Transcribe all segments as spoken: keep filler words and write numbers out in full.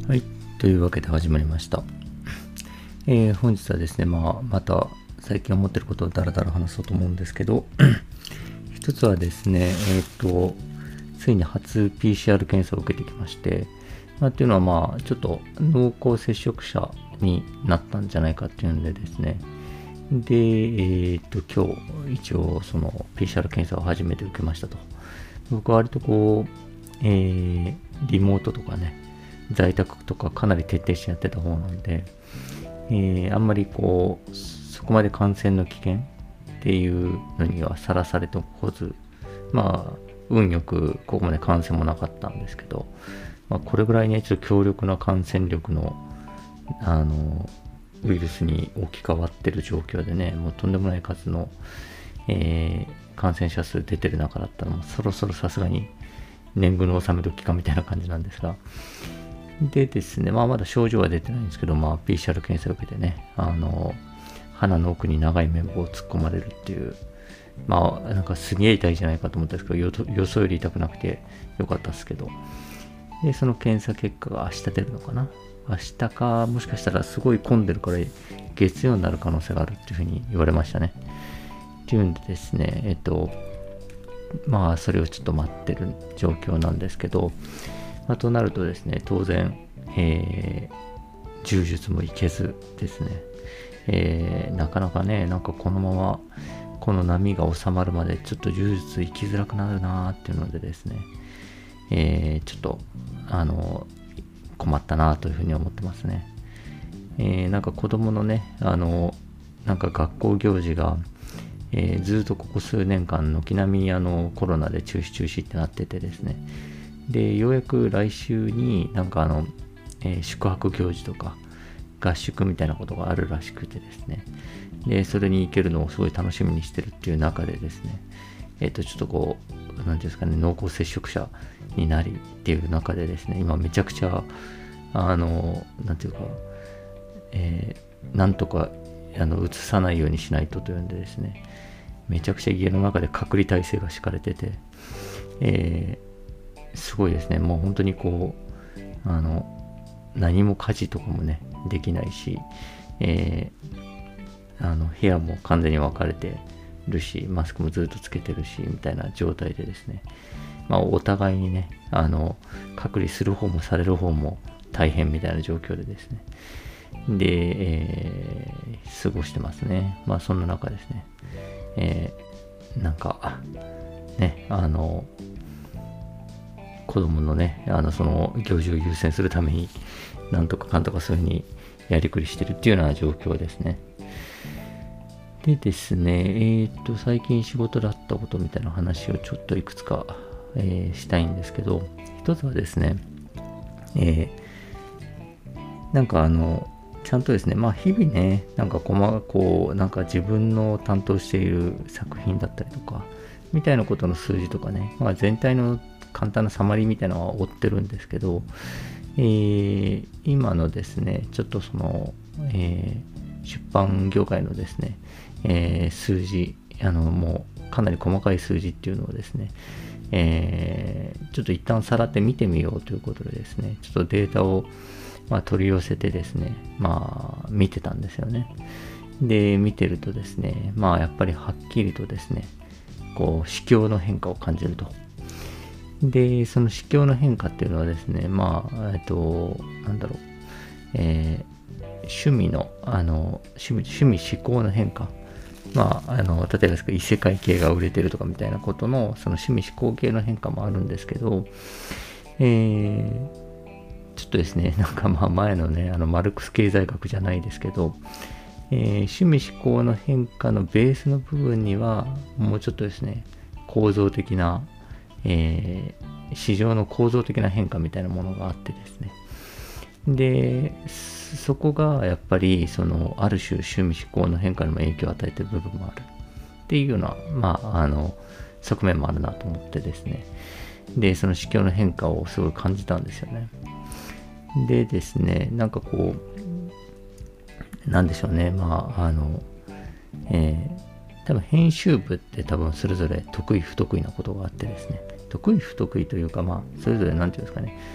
はい、というわけで始まりました。えー、本日はですね、まあ、また最近思ってることをダラダラ話そうと思うんですけど、一つはですね、えっと、ついに初 ピーシーアール 検査を受けてきまして、まあ、っていうのはまあ、ちょっと濃厚接触者になったんじゃないかっていうんでですね、で、えっと、今日、一応、その ピーシーアール 検査を初めて受けましたと。僕は割とこう、えー、リモートとかね、在宅とかかなり徹底してやってた方なんで、えー、あんまりこうそこまで感染の危険っていうのにはさらされておず、まあ運よくここまで感染もなかったんですけど、まあ、これぐらいねちょっと強力な感染力のあのウイルスに置き換わってる状況でね、もうとんでもない数の、えー、感染者数出てる中だったらもうそろそろさすがに年貢の納め時かみたいな感じなんですが、でですね、まあまだ症状は出てないんですけど、まあ ピーシーアール 検査を受けてね、あの、鼻の奥に長い綿棒を突っ込まれるっていう、まあなんかすげえ痛いじゃないかと思ったんですけど、予想より痛くなくてよかったですけど、で、その検査結果が明日出るのかな。明日か、もしかしたらすごい混んでるから月曜になる可能性があるっていうふうに言われましたね。っていうんでですね、えっと、まあそれをちょっと待ってる状況なんですけど、まあ、となるとですね、当然、えー、柔術もいけずですね、えー、なかなかね、なんかこのまま、この波が収まるまで、ちょっと柔術行きづらくなるなーっていうのでですね、えー、ちょっと、あの、困ったなというふうに思ってますね。えー、なんか子供のね、あの、なんか学校行事が、えー、ずっとここ数年間、軒並みあのコロナで中止中止ってなっててですね、で、ようやく来週になんかあの、えー、宿泊行事とか合宿みたいなことがあるらしくてですね。で、それに行けるのをすごい楽しみにしてるっていう中でですね、えっと、ちょっとこう、なんていうんですかね、濃厚接触者になりっていう中でですね、今めちゃくちゃ、あの、なんていうか、えー、なんとか、あの、移さないようにしないとというんでですね、めちゃくちゃ家の中で隔離体制が敷かれてて、えーすごいですね。もう本当にこう、あの、何も家事とかもね、できないし、えー、あの、部屋も完全に分かれてるし、マスクもずっとつけてるし、みたいな状態でですね。まあ、お互いにね、あの、隔離する方もされる方も大変みたいな状況でですね。で、えー、過ごしてますね。まあ、そんな中ですね。えー、なんか、ね、あの、子供のね、あの、その行事を優先するために、なんとかかんとかそういうふうにやりくりしてるっていうような状況ですね。でですね、えっと、最近仕事だったことみたいな話をちょっといくつか、えー、したいんですけど、一つはですね、えー、なんかあの、ちゃんとですね、まあ日々ね、なんか細かこう、なんか自分の担当している作品だったりとか、みたいなことの数字とかね、まあ全体の簡単なサマリーみたいなのは追ってるんですけど、えー、今のですね、ちょっとその、えー、出版業界のですね、えー、数字、あの、もうかなり細かい数字っていうのをですね、えー、ちょっと一旦さらって見てみようということでですね、ちょっとデータを、まあ、取り寄せてですね、まあ、見てたんですよね。で、見てるとですね、まあ、やっぱりはっきりとですね、こう、市況の変化を感じると。で、その市況の変化っていうのはですね、まあ、えっと、なんだろう、えー、趣味の、あの、趣味、趣味思考の変化。まあ、あの、例えばですけど、異世界系が売れてるとかみたいなことの、その趣味思考系の変化もあるんですけど、えー、ちょっとですね、なんかまあ前のね、あの、マルクス経済学じゃないですけど、えー、趣味思考の変化のベースの部分には、もうちょっとですね、構造的な、えー、市場の構造的な変化みたいなものがあってですね。で、そこがやっぱり、その、ある種趣味思考の変化にも影響を与えている部分もあるっていうような、まあ、あの、側面もあるなと思ってですね。で、その市況の変化をすごい感じたんですよね。でですね、なんかこう、なんでしょうね、まあ、あの、えー多分編集部って多分それぞれ得意不得意なことがあってですね、得意不得意というか、まあそれぞれなんていうんですかね、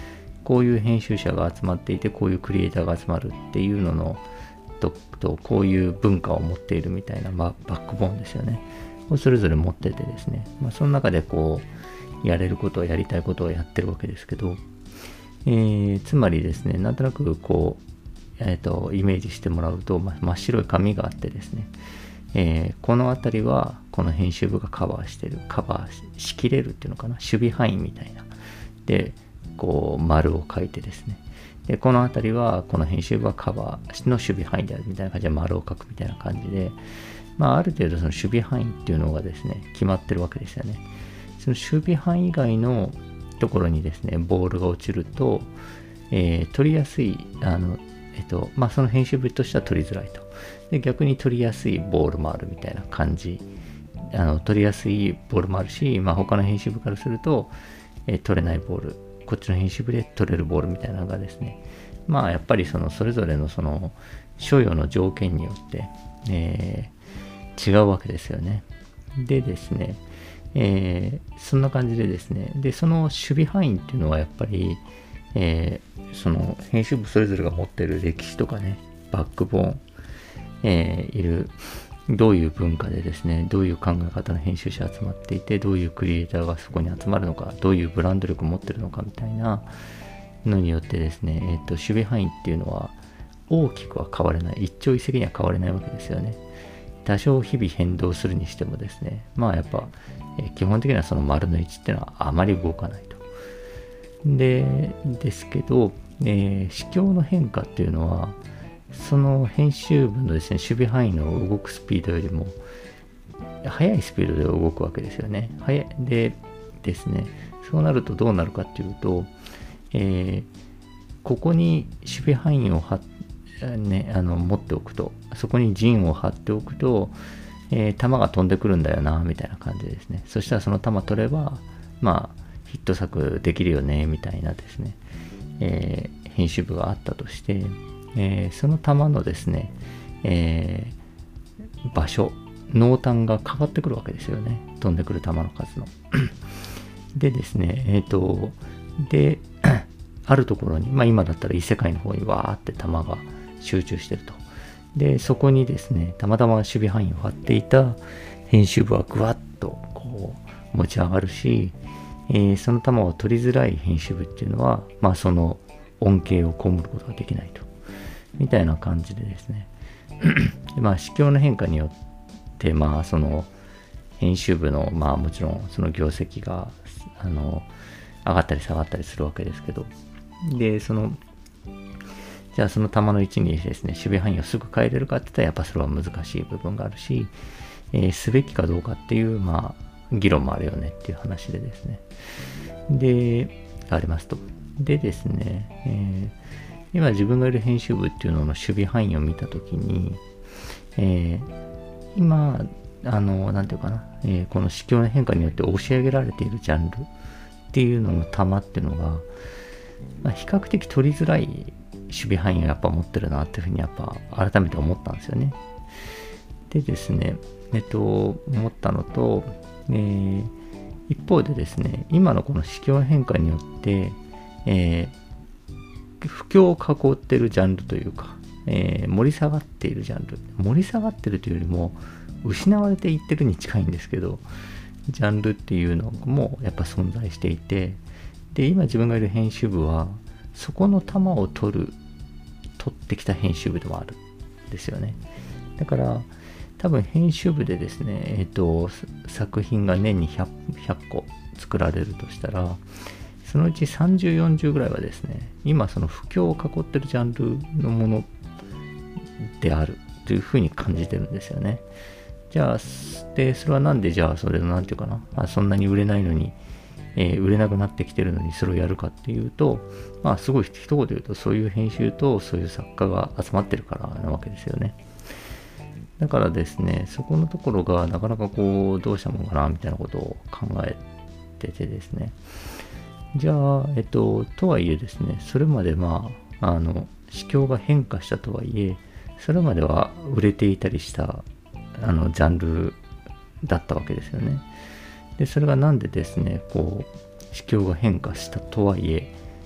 こういう編集者が集まっていて、こういうクリエイターが集まるっていうののと、とこういう文化を持っているみたいな、まあ、バックボーンですよね。をそれぞれ持っててですね、まあ、その中でこう、やれることをやりたいことをやってるわけですけど、えー、つまりですね、なんとなくこう、えーと、イメージしてもらうと、ま、真っ白い紙があってですね、えー、この辺りはこの編集部がカバーしてる、カバー し, しきれるっていうのかな、守備範囲みたいな。で、こう丸を書いてですね、で、この辺りはこの編集部はカバーの守備範囲であるみたいな感じで丸を書くみたいな感じで、まあある程度その守備範囲っていうのがですね、決まってるわけですよね。その守備範囲以外のところにですね、ボールが落ちると、えー、取りやすい、あの、えっと、まあその編集部としては取りづらいと。で、逆に取りやすいボールもあるみたいな感じ。あの、取りやすいボールもあるし、まあ他の編集部からすると、えー、取れないボール、こっちの編集部で取れるボールみたいなのがですね、まあやっぱりそのそれぞれのその所要の条件によって、えー、違うわけですよね。でですね、えー、そんな感じでですね、で、その守備範囲っていうのはやっぱり、えー、その編集部それぞれが持っている歴史とかね、バックボーン、えー、いる、どういう文化でですね、どういう考え方の編集者集まっていて、どういうクリエイターがそこに集まるのか、どういうブランド力を持ってるのかみたいなのによってですね、えっと、守備範囲っていうのは大きくは変われない、一朝一夕には変われないわけですよね。多少日々変動するにしてもですね、まあやっぱ、えー、基本的にはその丸の位置っていうのはあまり動かないと。で、ですけど、えー、市況の変化っていうのは、その編集部のですね、守備範囲の動くスピードよりも速いスピードで動くわけですよね。速いでですね、そうなるとどうなるかっていうと、えー、ここに守備範囲をは、ね、あの持っておくと、そこに陣を張っておくと、えー、弾が飛んでくるんだよな、みたいな感じですね。そしたらその弾取れば、まあ、ヒット作できるよね、みたいなですね、えー、編集部があったとして、えー、その弾のですね、えー、場所、濃淡が変わってくるわけですよね。飛んでくる弾の数の。でですね、えっと、で、あるところに、まあ今だったら異世界の方にわーって弾が集中してると。で、そこにですね、たまたま守備範囲を張っていた編集部はぐわっとこう持ち上がるし、えー、その弾を取りづらい編集部っていうのは、まあその恩恵を被ることができないと。みたいな感じでですね。でまあ、市況の変化によって、まあ、その、編集部の、まあ、もちろん、その業績が、あの、上がったり下がったりするわけですけど、で、その、じゃあ、その弾の位置にですね、守備範囲をすぐ変えれるかって言ったら、やっぱそれは難しい部分があるし、えー、すべきかどうかっていう、まあ、議論もあるよねっていう話でですね。で、ありますと。でですね、えー今自分がいる編集部っていうのの守備範囲を見たときに、えー、今、あの、なんていうかな、えー、この市況の変化によって押し上げられているジャンルっていうのの玉っていうのが、まあ、比較的取りづらい守備範囲をやっぱ持ってるなっていうふうにやっぱ改めて思ったんですよね。でですね、えっと、思ったのと、えー、一方でですね、今のこの市況変化によって、えー不況を囲ってるジャンルというか、えー、盛り下がっているジャンル。盛り下がってるというよりも、失われていってるに近いんですけど、ジャンルっていうのもやっぱ存在していて、で、今自分がいる編集部は、そこの玉を取る、取ってきた編集部でもあるんですよね。だから、多分編集部でですね、えっと、作品が年にひゃっこ作られるとしたら、そのうちさんじゅう、よんじゅうぐらいはですね、今その不況を囲ってるジャンルのものであるというふうに感じてるんですよね。じゃあ、で、それはなんでじゃあそれのなんていうかな、あそんなに売れないのに、えー、売れなくなってきてるのにそれをやるかっていうと、まあすごい一言言うとそういう編集とそういう作家が集まってるからなわけですよね。だからですね、そこのところがなかなかこうどうしたもんかなみたいなことを考えててですね。じゃあ、えっと、とはいえですね、それまでまあ、あの、市況が変化したとはいえ、それまでは売れていたりした、あの、ジャンルだったわけですよね。で、それがなんでですね、こう、市況が変化したとはいえ、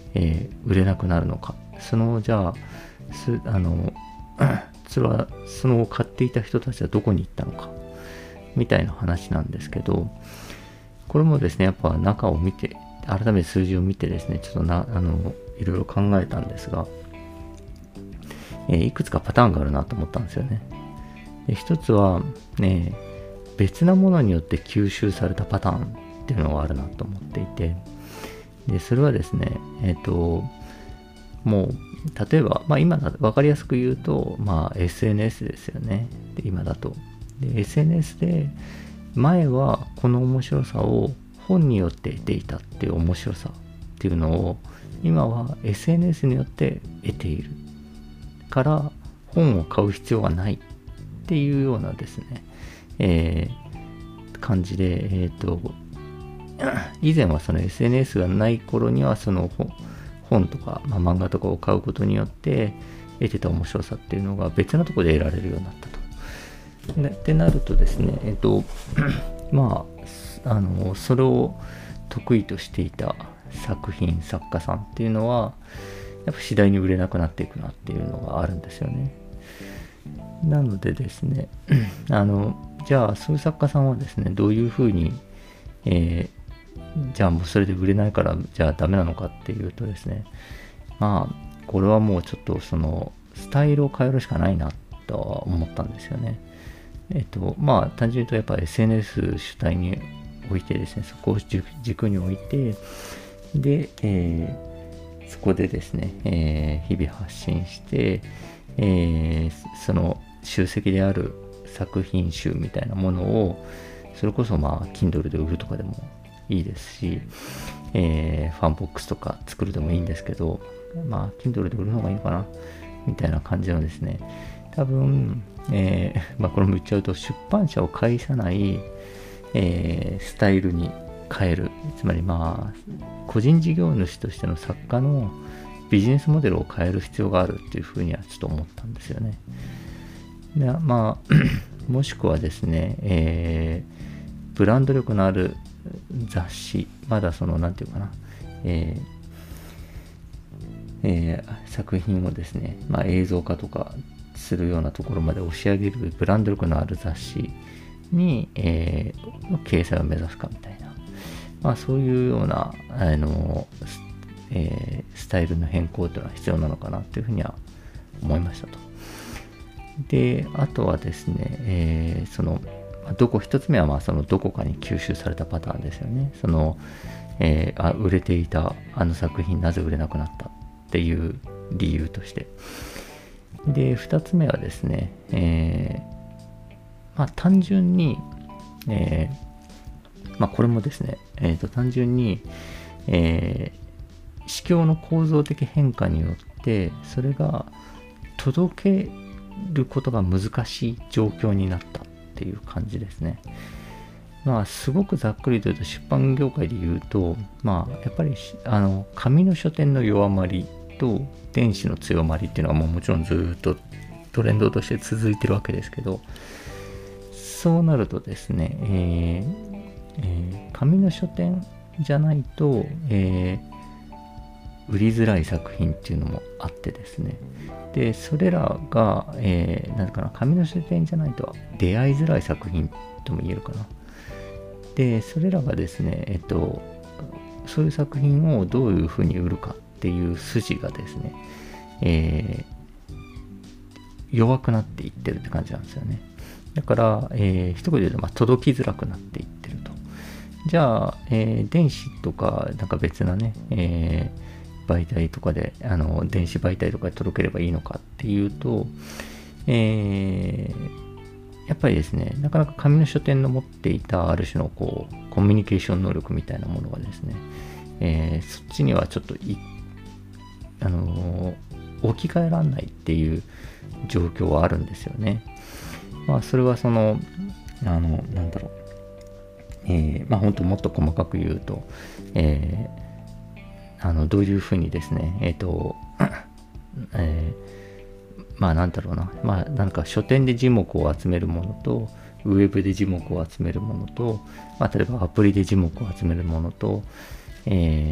えー売れなくなるのか。そのじゃあすあのそれはその買っていた人たちはどこに行ったのかみたいな話なんですけど、これもですねやっぱ中を見て改めて数字を見てですねちょっとなあのいろいろ考えたんですが、えーいくつかパターンがあるなと思ったんですよね。で一つはね、別なものによって吸収されたパターンっていうのがあるなと思っていて、でそれはですねえっ、ともう例えば、まあ、今だ分かりやすく言うと、まあ、エスエヌエス ですよね。で今だとで エスエヌエス で前はこの面白さを本によって得ていたっていう面白さっていうのを今は エスエヌエス によって得ているから本を買う必要がないっていうようなですね、えー感じで、えっと以前はその エスエヌエス がない頃にはその本本とか、まあ、漫画とかを買うことによって得てた面白さっていうのが別なところで得られるようになったと。でってなるとですね、えっとまああのそれを得意としていた作品作家さんっていうのはやっぱ次第に売れなくなっていくなっていうのがあるんですよね。なのでですねあのじゃあそういう作家さんはですねどういうふうに、えーじゃあもうそれで売れないからじゃあダメなのかっていうとですね、まあこれはもうちょっとそのスタイルを変えるしかないなとは思ったんですよね。えっとまあ単純に言うとやっぱ エスエヌエス 主体に置いてですね、そこを軸軸に置いてで、えーそこでですね、えー日々発信して、えーその集積である作品集みたいなものをそれこそまあ Kindle で売るとかでもいいですし、えー、ファンボックスとか作るでもいいんですけど、まあ Kindle で売るのがいいのかなみたいな感じのですね、多分、えー、まあこれも言っちゃうと出版社を介さない、えースタイルに変える、つまりまあ個人事業主としての作家のビジネスモデルを変える必要があるっていうふうにはちょっと思ったんですよね。でまあもしくはですね、えーブランド力のある雑誌、まだそのなんていうかな、えーえー作品をですね、まあ、映像化とかするようなところまで押し上げるブランド力のある雑誌に、えーの掲載を目指すかみたいな、まあ、そういうようなあの、えースタイルの変更というのは必要なのかなというふうには思いましたと。であとはですね、えーそのどこ一つ目はまあそのどこかに吸収されたパターンですよね。その、えーあ売れていたあの作品なぜ売れなくなったっていう理由として。で二つ目はですね、えーまあ単純に、えーまあこれもですね、えーと単純に、えー市況の構造的変化によってそれが届けることが難しい状況になったっていう感じですね。まあすごくざっくりと言うと出版業界で言うと、まあやっぱりあの紙の書店の弱まりと電子の強まりっていうのはもうもちろんずっとトレンドとして続いてるわけですけど、そうなるとですね、えーえー紙の書店じゃないと、えー売りづらい作品っていうのもあってですね。で、それらが、えー、なんかな、紙の書店じゃないと出会いづらい作品とも言えるかな。で、それらがですね、えっと、そういう作品をどういうふうに売るかっていう筋がですね、えー弱くなっていってるって感じなんですよね。だから、えー一言で言うと、まあ、届きづらくなっていってると。じゃあ、えー電子とか、なんか別なね、えー媒体とかで、あの、電子媒体とかで届ければいいのかっていうと、えーやっぱりですね、なかなか紙の書店の持っていたある種のこう、コミュニケーション能力みたいなものがですね、えーそっちにはちょっとい、あのー置き換えられないっていう状況はあるんですよね。まあ、それはその、あの、なんだろう、えーまあ本当もっと細かく言うと、えーあのどういうふうにですね、えっ、と、えーまあなんだろうな、まあなんか書店で字幕を集めるものと、ウェブで字幕を集めるものと、まあ例えばアプリで字幕を集めるものと、え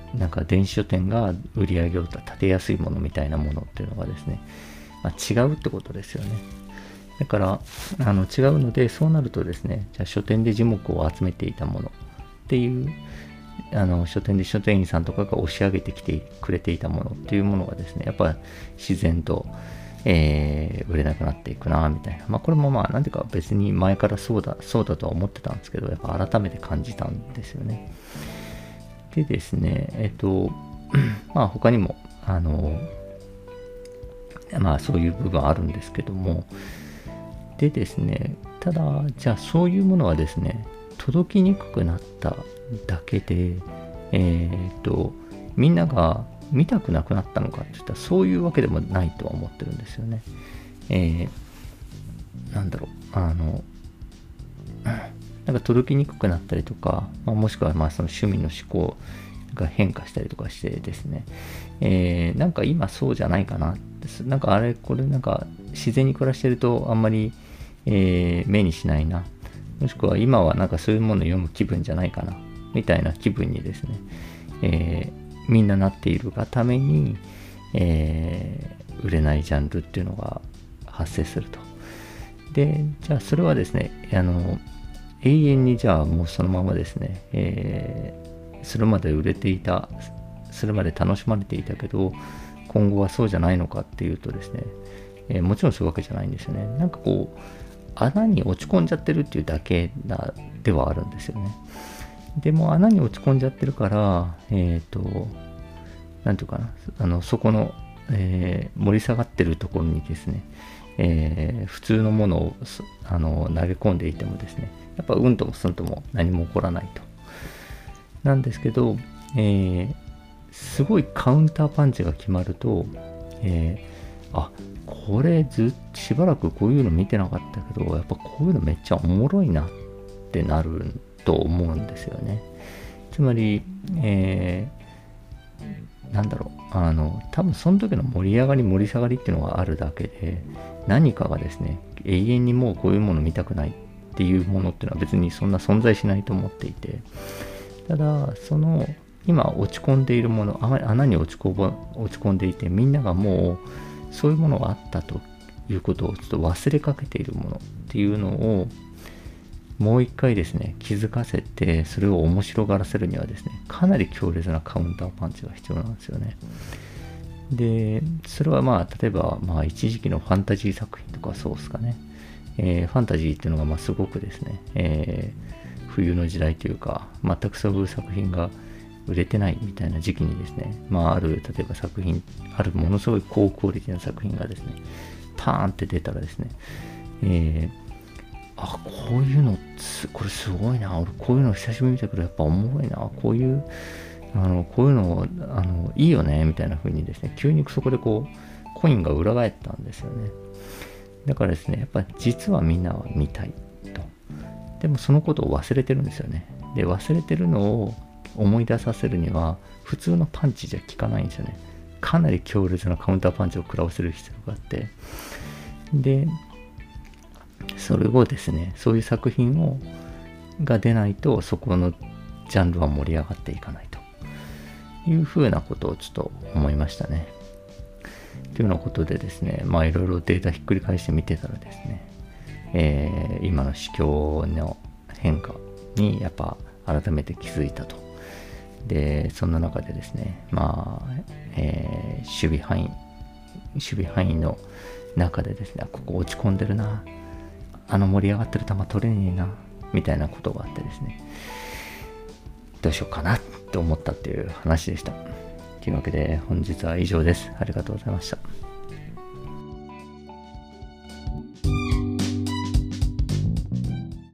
なんか電子書店が売り上げを立てやすいものみたいなものっていうのがですね、まあ、違うってことですよね。だからあの違うので、そうなるとですね、じゃあ書店で字幕を集めていたものっていうあの書店で書店員さんとかが押し上げてきてくれていたものっていうものがですね、やっぱ自然と、えー、売れなくなっていくなみたいな。まあこれもまあなんていうか別に前からそうだそうだとは思ってたんですけど、やっぱ改めて感じたんですよね。でですね、えっとまあ他にもあのまあそういう部分あるんですけども、でですね、ただじゃあそういうものはですね、届きにくくなっただけで、えー、っとみんなが見たくなくなったのかっていったらそういうわけでもないとは思ってるんですよね。えー、なんだろう、あのなんか届きにくくなったりとか、まあ、もしくはまあその趣味の思考が変化したりとかしてですね、えー、なんか今そうじゃないかなです。なんかあれこれなんか自然に暮らしてるとあんまり、えー、目にしないな、もしくは今はなんかそういうものを読む気分じゃないかなみたいな気分にですね、えー、みんななっているがために、えー、売れないジャンルっていうのが発生すると。でじゃあそれはですね、あの永遠にじゃあもうそのままですね、えー、それまで売れていた、それまで楽しまれていたけど今後はそうじゃないのかっていうとですね、えー、もちろんそういうわけじゃないんですよね。なんかこう穴に落ち込んじゃってるっていうだけなではあるんですよね。でも穴に落ち込んじゃってるから、えっと、なんていうかな、あのそこの、えー、盛り下がってるところにですね、えー、普通のものをあの投げ込んでいてもですね、やっぱうんともすんとも何も起こらないと。なんですけど、えー、すごいカウンターパンチが決まると、えー、あ、これずっとしばらくこういうの見てなかったけど、やっぱこういうのめっちゃおもろいなってなると思うんですよね。つまり、えー、なんだろう、あの、多分その時の盛り上がり盛り下がりっていうのがあるだけで、何かがですね、永遠にもうこういうもの見たくないっていうものっていうのは別にそんな存在しないと思っていて、ただ、その、今落ち込んでいるもの、穴に落ち込落ち込んでいて、みんながもうそういうものがあったということをちょっと忘れかけているものっていうのをもう一回ですね、気づかせて、それを面白がらせるにはですね、かなり強烈なカウンターパンチが必要なんですよね。で、それはまあ、例えば、まあ、一時期のファンタジー作品とかそうですかね。えー、ファンタジーっていうのがまあすごくですね、えー、冬の時代というか、全くそういう作品が売れてないみたいな時期にですね、まあ、ある、例えば作品、あるものすごい高クオリティな作品がですね、パーンって出たらですね、えーあ、こういうのこれすごいな、俺こういうの久しぶりに見たけどやっぱおもろいな、こういうあのこういうのあのいいよねみたいな風にですね、急にそこでこうコインが裏返ったんですよね。だからですね、やっぱ実はみんなは見たいと。でもそのことを忘れてるんですよね。で、忘れてるのを思い出させるには普通のパンチじゃ効かないんですよね。かなり強烈なカウンターパンチを食らわせる必要があって、でそれをですね、そういう作品をが出ないとそこのジャンルは盛り上がっていかないというふうなことをちょっと思いましたね。というようなことでですね、まあいろいろデータひっくり返してみてたらですね、えー、今の市況の変化にやっぱ改めて気づいたと。で、そんな中でですね、まあ、えー、守備範囲、守備範囲の中でですね、ここ落ち込んでるな、あの盛り上がってる球取れねえなみたいなことがあってですね、どうしようかなって思ったっていう話でした。というわけで本日は以上です。ありがとうございました。